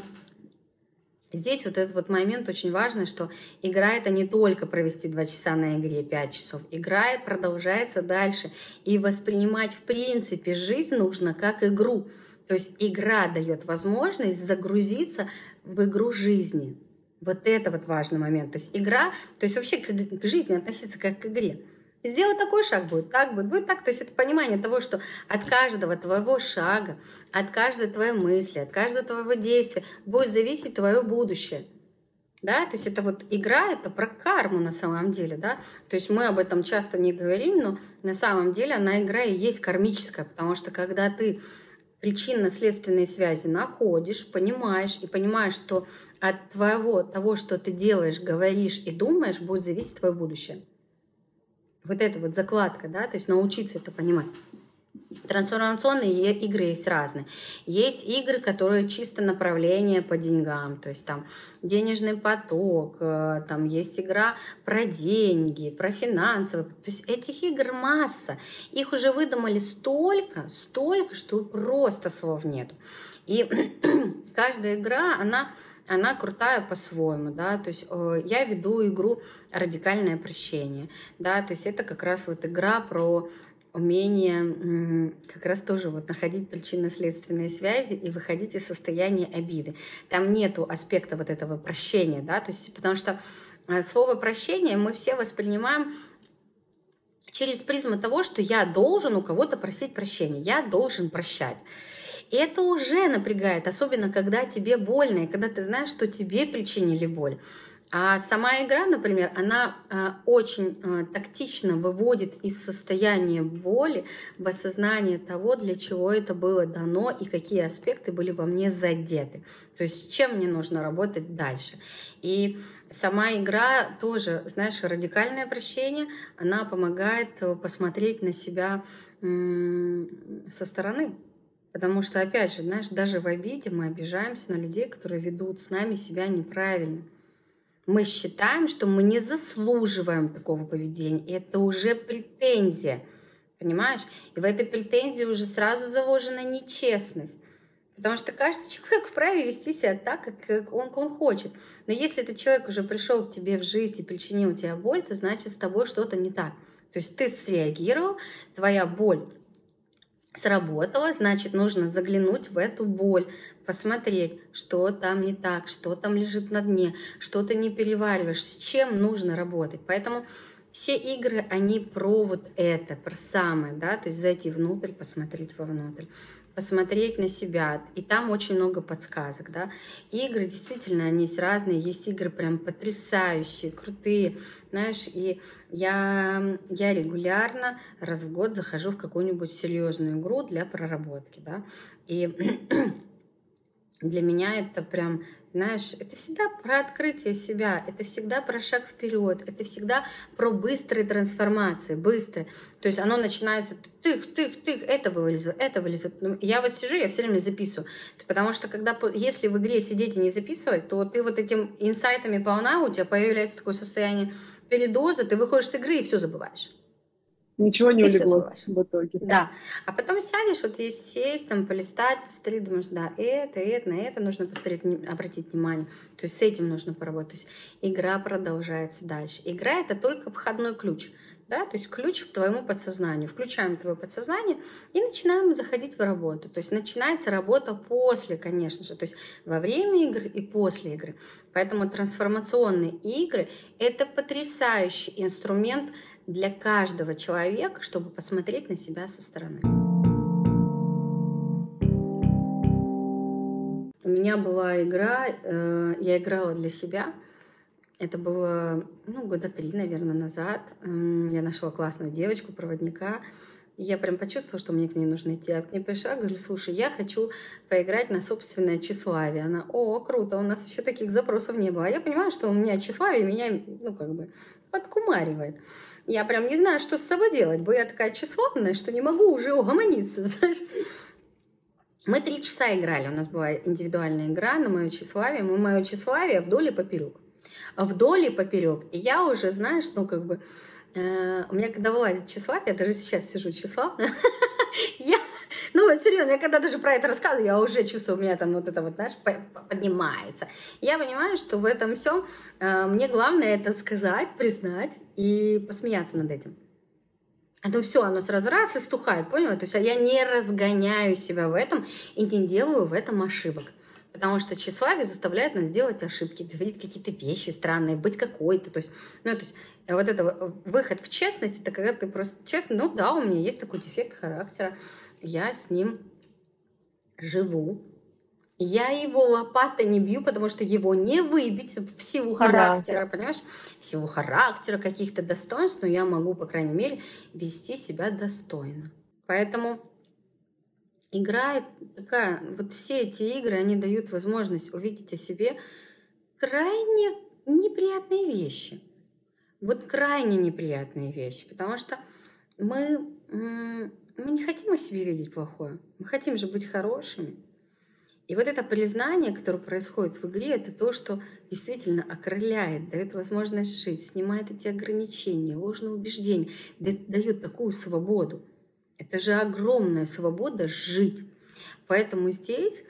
здесь вот этот вот момент очень важный, что игра — это не только провести 2 часа на игре, 5 часов. Игра продолжается дальше. И воспринимать, в принципе, жизнь нужно как игру. То есть игра дает возможность загрузиться в игру жизни. Вот это вот важный момент. То есть игра, то есть вообще к жизни относиться как к игре. Сделай такой шаг, будет так, будет так. То есть это понимание того, что от каждого твоего шага, от каждой твоей мысли, от каждого твоего действия будет зависеть твое будущее. Да? То есть это вот игра, это про карму на самом деле. Да? То есть мы об этом часто не говорим, но на самом деле она игра и есть кармическая, потому что когда ты причинно-следственные связи находишь, понимаешь, что от того, что ты делаешь, говоришь и думаешь, будет зависеть твое будущее. Вот это вот закладка, да, то есть научиться это понимать. Трансформационные игры есть разные. Есть игры, которые чисто направление по деньгам, то есть там денежный поток, там есть игра про деньги, про финансовые. То есть этих игр масса. Их уже выдумали столько, что просто слов нету. И каждая игра, она крутая по-своему, да, то есть я веду игру «Радикальное прощение», да, то есть это как раз вот игра про умение как раз тоже вот находить причинно-следственные связи и выходить из состояния обиды. Там нету аспекта вот этого прощения, да, то есть потому что слово «прощение» мы все воспринимаем через призму того, что я должен у кого-то просить прощения, я должен прощать. И это уже напрягает, особенно когда тебе больно, и когда ты знаешь, что тебе причинили боль. А сама игра, например, она очень тактично выводит из состояния боли в осознание того, для чего это было дано и какие аспекты были во мне задеты. То есть с чем мне нужно работать дальше. И сама игра тоже, знаешь, радикальное прощение, она помогает посмотреть на себя со стороны. Потому что, опять же, знаешь, даже в обиде мы обижаемся на людей, которые ведут с нами себя неправильно. Мы считаем, что мы не заслуживаем такого поведения. И это уже претензия, понимаешь? И в этой претензии уже сразу заложена нечестность. Потому что каждый человек вправе вести себя так, как он хочет. Но если этот человек уже пришел к тебе в жизнь и причинил тебе боль, то значит с тобой что-то не так. То есть ты среагировал, твоя боль сработало, значит, нужно заглянуть в эту боль, посмотреть, что там не так, что там лежит на дне, что ты не перевариваешь, с чем нужно работать. Поэтому все игры, они про вот это, про самое, да, то есть зайти внутрь, посмотреть вовнутрь, посмотреть на себя. И там очень много подсказок, да. Игры, действительно, они есть разные. Есть игры прям потрясающие, крутые, знаешь. И я регулярно раз в год захожу в какую-нибудь серьезную игру для проработки, да. И для меня это прям, знаешь, это всегда про открытие себя, это всегда про шаг вперед, это всегда про быстрые трансформации, быстрые. То есть оно начинается тых, это вылезет. Я вот сижу, я все время записываю. Потому что если в игре сидеть и не записывать, то ты вот этим инсайтами полна, у тебя появляется такое состояние передоза, ты выходишь с игры и все забываешь. Ничего не улеглось в итоге. Да. А потом сядешь, вот если сесть, там, полистать, посмотреть, думаешь, да, на это нужно посмотреть, обратить внимание. То есть с этим нужно поработать. То есть игра продолжается дальше. Игра — это только входной ключ. Да? То есть ключ к твоему подсознанию. Включаем твое подсознание и начинаем заходить в работу. То есть начинается работа после, конечно же. То есть во время игры и после игры. Поэтому трансформационные игры — это потрясающий инструмент для каждого человека, чтобы посмотреть на себя со стороны. У меня была игра, я играла для себя. Это было, года 3, наверное, назад. Я нашла классную девочку, проводника. И я прям почувствовала, что мне к ней нужно идти. Я к ней пришла, говорю, слушай, я хочу поиграть на собственное тщеславие. Она, круто, у нас еще таких запросов не было. А я понимаю, что у меня тщеславие меня, подкумаривает. Я прям не знаю, что с собой делать, бо я такая тщеславная, что не могу уже угомониться, знаешь. Мы 3 часа играли, у нас была индивидуальная игра на мое тщеславие. Мое тщеславие вдоль и поперек. Вдоль и поперек. И я уже, знаешь, у меня когда вылазит тщеславие, я даже сейчас сижу тщеславная, серьезно, я когда даже про это рассказываю, я уже чувствую, у меня там вот это вот, знаешь, поднимается. Я понимаю, что в этом всем мне главное это сказать, признать и посмеяться над этим. А то все, оно сразу раз и стухает, поняла? То есть я не разгоняю себя в этом и не делаю в этом ошибок. Потому что тщеславие заставляет нас делать ошибки, говорить какие-то вещи странные, быть какой-то. То есть вот это выход в честность, это когда ты просто честно, у меня есть такой дефект характера, я с ним живу. Я его лопатой не бью, потому что его не выбить в силу характера, понимаешь? В силу характера, каких-то достоинств, но я могу, по крайней мере, вести себя достойно. Поэтому игра такая, вот все эти игры, они дают возможность увидеть о себе крайне неприятные вещи. Вот крайне неприятные вещи, потому что мы мы не хотим о себе видеть плохое. Мы хотим же быть хорошими. И вот это признание, которое происходит в игре, это то, что действительно окрыляет, дает возможность жить, снимает эти ограничения, ложные убеждения, дает такую свободу. Это же огромная свобода жить. Поэтому здесь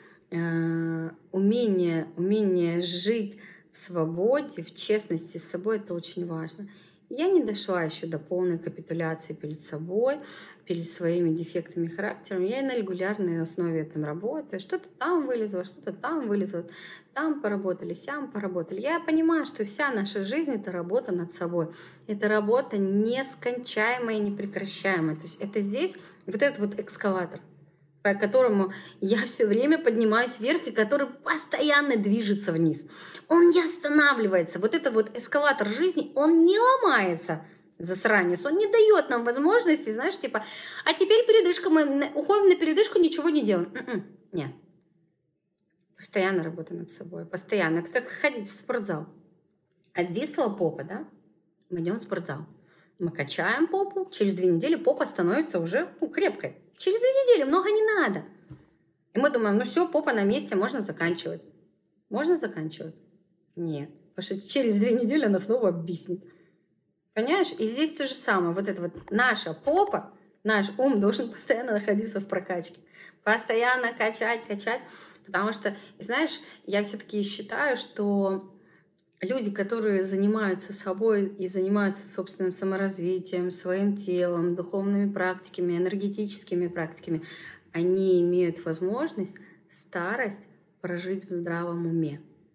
умение жить в свободе, в честности с собой, это очень важно. Я не дошла еще до полной капитуляции перед собой, перед своими дефектами характера. Я и на регулярной основе там работаю. Что-то там вылезло, что-то там вылезло. Там поработали, сям поработали. Я понимаю, что вся наша жизнь — это работа над собой. Это работа нескончаемая и непрекращаемая. То есть это здесь вот этот вот эскалатор, по которому я все время поднимаюсь вверх и который постоянно движется вниз. Он не останавливается. Вот этот вот эскалатор жизни, он не ломается, засранец. Он не дает нам возможности, знаешь, типа, а теперь передышка, мы уходим на передышку, ничего не делаем. Нет. Постоянно работа над собой, постоянно. Это как ходить в спортзал. Обвисла попа, да? Мы идем в спортзал. Мы качаем попу, через 2 недели попа становится уже крепкой. Через 2 недели много не надо. И мы думаем, ну все, попа на месте, можно заканчивать. Можно заканчивать? Нет. Потому что через 2 недели она снова обвиснет. Понимаешь? И здесь то же самое. Вот это вот наша попа, наш ум должен постоянно находиться в прокачке. Постоянно качать. Потому что, знаешь, я все-таки считаю, что люди, которые занимаются собой и занимаются собственным саморазвитием, своим телом, духовными практиками, энергетическими практиками, они имеют возможность старость прожить в здравом уме.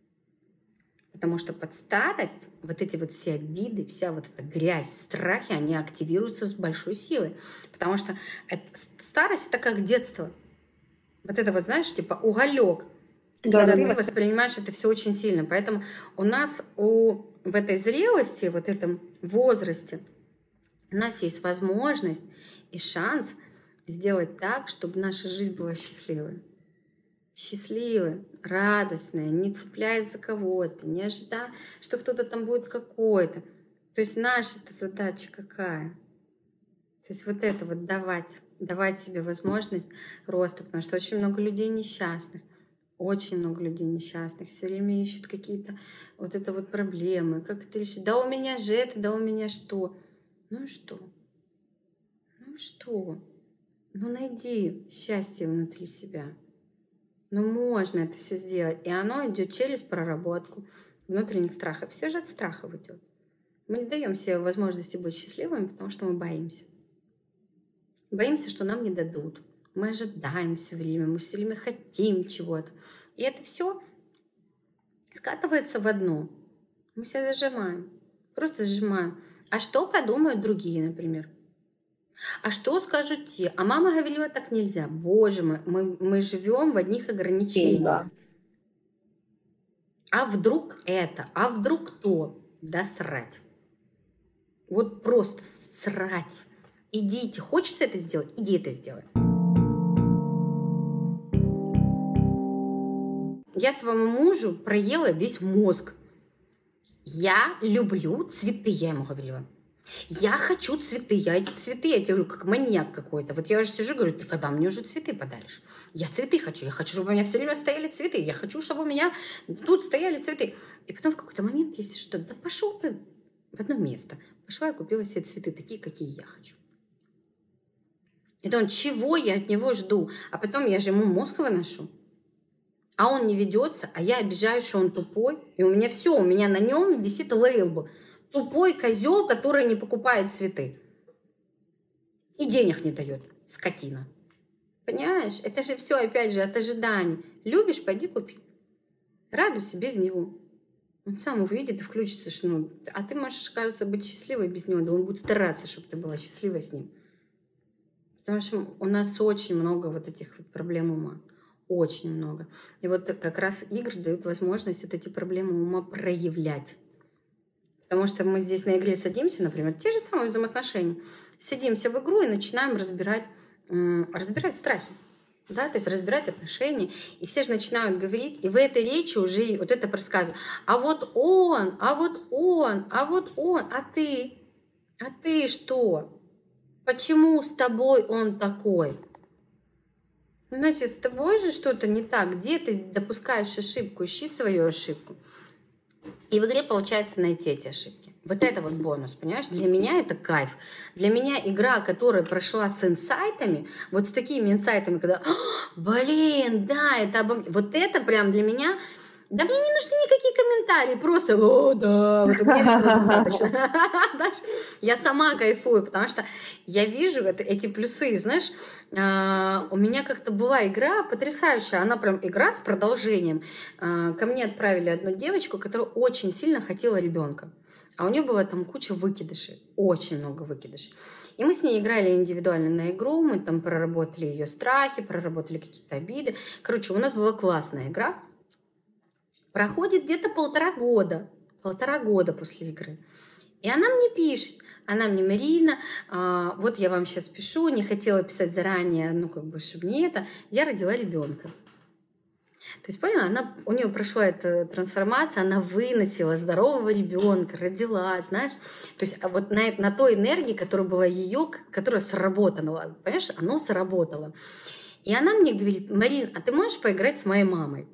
Потому что под старость вот эти вот все обиды, вся вот эта грязь, страхи, они активируются с большой силой. Потому что старость — это как детство. Вот это вот, знаешь, типа уголек. Когда ты воспринимаешь это все очень сильно. Поэтому у нас в этой зрелости, вот этом возрасте, у нас есть возможность и шанс сделать так, чтобы наша жизнь была счастливой. Счастливой, радостной, не цепляясь за кого-то, не ожидая, что кто-то там будет какой-то. То есть наша-то задача какая? То есть вот это вот давать себе возможность роста, потому что очень много людей несчастных. Очень много людей несчастных, все время ищут какие-то вот это вот проблемы. Как это решить? Да у меня же это, да у меня что? Ну и что? Ну найди счастье внутри себя. Ну можно это все сделать. И оно идет через проработку внутренних страхов. Все же от страхов идет. Мы не даем себе возможности быть счастливыми, потому что мы боимся. Боимся, что нам не дадут. Мы ожидаем все время, мы все время хотим чего-то. И это все скатывается в одно. Мы себя зажимаем. Просто зажимаем. А что подумают другие, например? А что скажут те? А мама говорила, так нельзя. Боже мой, мы живем в одних ограничениях. Да. А вдруг это? А вдруг то? Да срать. Вот просто срать. Идите. Хочется это сделать? Иди это сделай. Я своему мужу проела весь мозг. Я люблю цветы, я ему говорила. Я хочу цветы, я эти цветы, я тебе говорю, как маньяк какой-то. Вот я уже сижу и говорю, ты когда мне уже цветы подаришь? Я цветы хочу, я хочу, чтобы у меня все время стояли цветы, я хочу, чтобы у меня тут стояли цветы. И потом в какой-то момент, если что, да пошел ты в одно место. Пошла и купила себе цветы, такие, какие я хочу. И потом, чего я от него жду? А потом я же ему мозг выношу. А он не ведется, а я обижаюсь, что он тупой. И у меня все, у меня на нем висит лейбл. Тупой козел, который не покупает цветы. И денег не дает. Скотина. Понимаешь? Это же все, опять же, от ожиданий. Любишь, пойди купи. Радуйся без него. Он сам увидит и включится. Что, а ты можешь, кажется, быть счастливой без него. Да он будет стараться, чтобы ты была счастлива с ним. Потому что у нас очень много вот этих вот проблем ума. Очень много. И вот как раз игры дают возможность вот эти проблемы ума проявлять. Потому что мы здесь на игре садимся, например, те же самые взаимоотношения. Садимся в игру и начинаем разбирать страхи. Да, то есть разбирать отношения. И все же начинают говорить, и в этой речи уже вот это происказывают. А вот он, а ты что? почему с тобой он такой? Значит, с тобой же что-то не так. Где ты допускаешь ошибку? Ищи свою ошибку. И в игре получается найти эти ошибки. Вот это вот бонус, понимаешь? Для меня это кайф. Для меня игра, которая прошла с инсайтами, вот с такими инсайтами, когда, блин, да, это обо мне. Вот это прям для меня... Да мне не нужны никакие комментарии, просто, о, да, вот у меня этого достаточно. Я сама кайфую, потому что я вижу эти плюсы, знаешь, у меня как-то была игра потрясающая, она прям игра с продолжением. Ко мне отправили одну девочку, которая очень сильно хотела ребенка, а у нее была там куча выкидышей, очень много выкидышей. И мы с ней играли индивидуально на игру, мы там проработали ее страхи, проработали какие-то обиды. Короче, у нас была классная игра. Проходит где-то полтора года после игры. И она мне пишет, она мне: Марина, вот я вам сейчас пишу, не хотела писать заранее, ну как бы, чтобы не это, я родила ребенка. То есть, поняла, у нее прошла эта трансформация, она выносила здорового ребенка, родила, знаешь. То есть вот на той энергии, которая была ее, которая сработала, понимаешь, оно сработало. И она мне говорит: Марин, а ты можешь поиграть с моей мамой?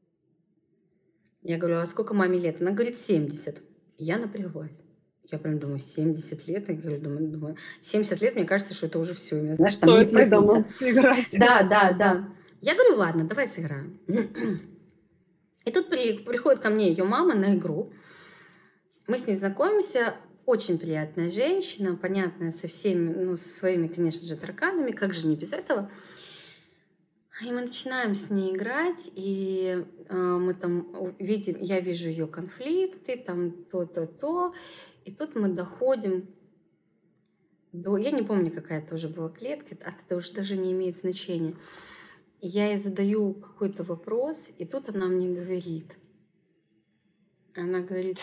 Я говорю: а сколько маме лет? Она говорит: 70. Я напряглась. Я прям думаю, 70 лет. Я говорю, думаю, 70 лет, мне кажется, что это уже все. Знаешь, там стоит ли дома играть? Да. Я говорю: ладно, давай сыграем. И тут приходит ко мне ее мама на игру. Мы с ней знакомимся. Очень приятная женщина, понятная со всеми, ну, со своими, конечно же, тараканами. Как же не без этого? И мы начинаем с ней играть, и мы там видим, я вижу ее конфликты, там то. И тут мы доходим до... Я не помню, какая это уже была клетка, это уже даже не имеет значения. Я ей задаю какой-то вопрос, и тут она мне говорит. Она говорит: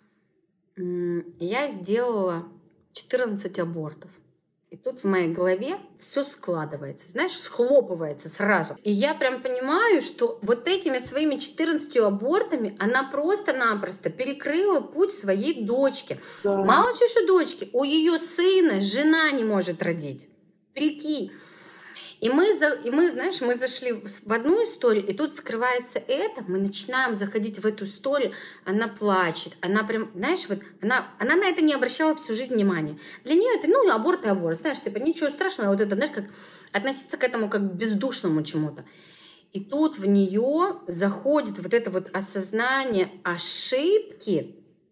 я сделала 14 абортов. И тут в моей голове все складывается, знаешь, схлопывается сразу. И я прям понимаю, что вот этими своими 14 абортами она просто-напросто перекрыла путь своей дочке. Да. Мало чего, что дочки, у ее сына жена не может родить. Прикинь. И мы, знаешь, мы зашли в одну историю, и тут скрывается это, мы начинаем заходить в эту историю, она плачет, она прям, знаешь, вот она на это не обращала всю жизнь внимания. Для нее это, ну, аборт и аборт, знаешь, типа ничего страшного, вот это, знаешь, как относиться к этому как к бездушному чему-то. И тут в нее заходит вот это вот осознание ошибки,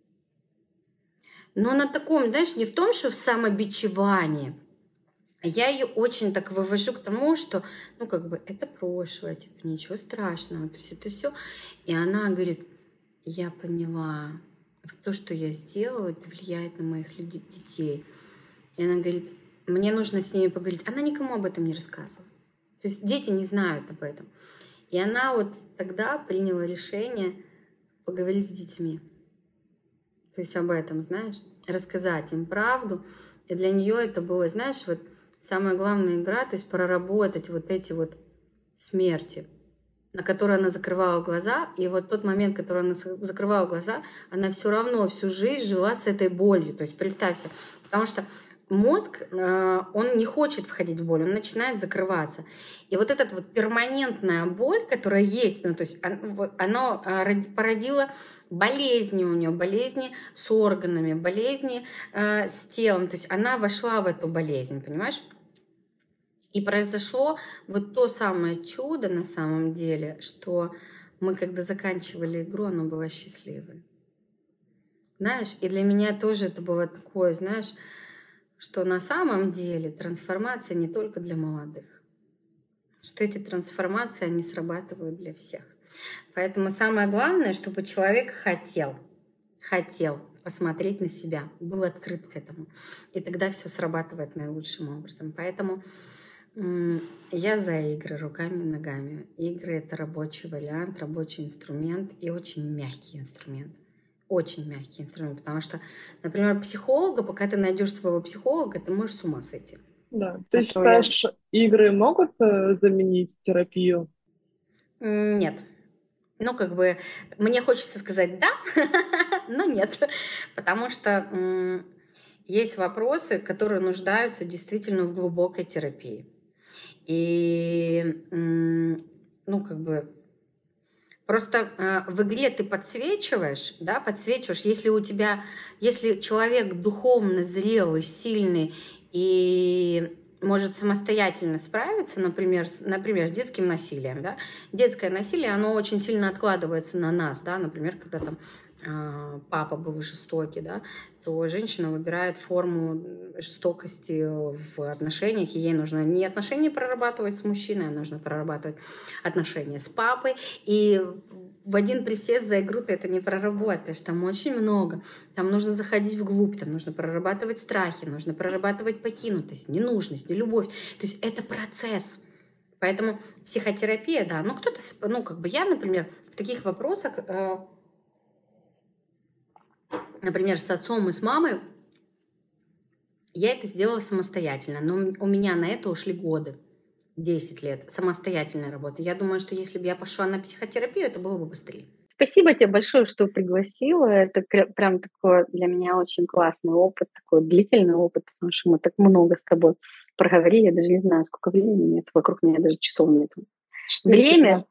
но на таком, знаешь, не в том, что в самобичевании. Я ее очень так вывожу к тому, что, ну, как бы, это прошлое, типа, ничего страшного, то есть это все. И она говорит: я поняла, то, что я сделала, это влияет на моих детей. И она говорит: мне нужно с ними поговорить. Она никому об этом не рассказывала. То есть дети не знают об этом. И она вот тогда приняла решение поговорить с детьми. То есть об этом, знаешь, рассказать им правду. И для нее это было, знаешь, вот самая главная игра, то есть проработать вот эти вот смерти, на которые она закрывала глаза. И вот тот момент, который она закрывала глаза, она все равно всю жизнь жила с этой болью. То есть представься, потому что мозг, он не хочет входить в боль, он начинает закрываться. И вот эта вот перманентная боль, которая есть, ну, то есть она породила болезни у нее, болезни с органами, болезни с телом. То есть она вошла в эту болезнь, понимаешь? И произошло вот то самое чудо на самом деле, что мы, когда заканчивали игру, она была счастливой. Знаешь, и для меня тоже это было такое, знаешь, что на самом деле трансформация не только для молодых. Что эти трансформации, они срабатывают для всех. Поэтому самое главное, чтобы человек хотел посмотреть на себя, был открыт к этому. И тогда все срабатывает наилучшим образом. Поэтому я за игры руками и ногами. Игры — это рабочий вариант, рабочий инструмент и очень мягкий инструмент. Очень мягкий инструмент, потому что, например, психолога, пока ты найдешь своего психолога, ты можешь с ума сойти. Да. Ты считаешь, игры могут заменить терапию? Нет. Ну, как бы, мне хочется сказать «да», но нет. Потому что есть вопросы, которые нуждаются действительно в глубокой терапии. И, ну, как бы, просто в игре ты подсвечиваешь, да, если человек духовно зрелый, сильный и может самостоятельно справиться, например, с детским насилием, да, детское насилие, оно очень сильно откладывается на нас, да, например, когда там папа был жестокий, да, то женщина выбирает форму жестокости в отношениях, и ей нужно не отношения прорабатывать с мужчиной, а нужно прорабатывать отношения с папой, и в один присест за игру ты это не проработаешь, там очень много, там нужно заходить вглубь, там нужно прорабатывать страхи, нужно прорабатывать покинутость, ненужность, нелюбовь, то есть это процесс. Поэтому психотерапия, да, кто-то, как бы я, например, в таких вопросах, например, с отцом и с мамой, я это сделала самостоятельно, но у меня на это ушли годы, 10 лет самостоятельной работы. Я думаю, что если бы я пошла на психотерапию, это было бы быстрее. Спасибо тебе большое, что пригласила. Это прям такой для меня очень классный опыт, такой длительный опыт, потому что мы так много с тобой проговорили. Я даже не знаю, сколько времени нет. Вокруг меня даже часов нет. Время...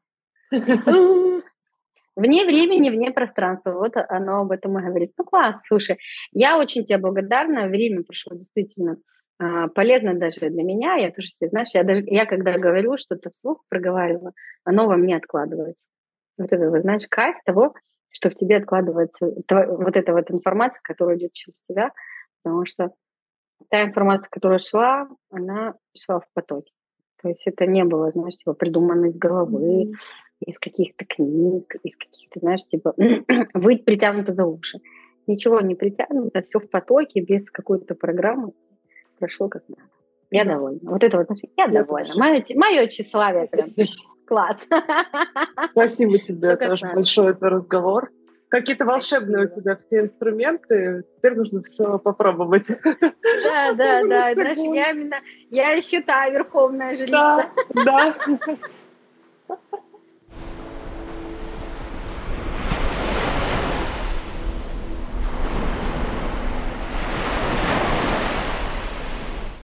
Вне времени, вне пространства. Вот оно об этом и говорит. Класс, слушай, я очень тебе благодарна. Время прошло действительно полезно даже для меня. Я тоже, знаешь, я когда говорю что-то вслух, проговариваю, оно во мне откладывается. Вот это, знаешь, кайф того, что в тебе откладывается вот эта вот информация, которая идет через тебя, потому что та информация, которая шла, она шла в потоке. То есть это не было, знаешь, придумано из головы, из каких-то книг, из каких-то, знаешь, быть притянуто за уши. Ничего не притянуто, все в потоке, без какой-то программы прошло как надо. Я довольна. Вот это вот, я довольна. Мое тщеславие прям. Класс. Спасибо тебе тоже большое за разговор. Какие-то волшебные у тебя все инструменты. Теперь нужно все попробовать. Да. Знаешь, я ищу та верховная жрица. Да.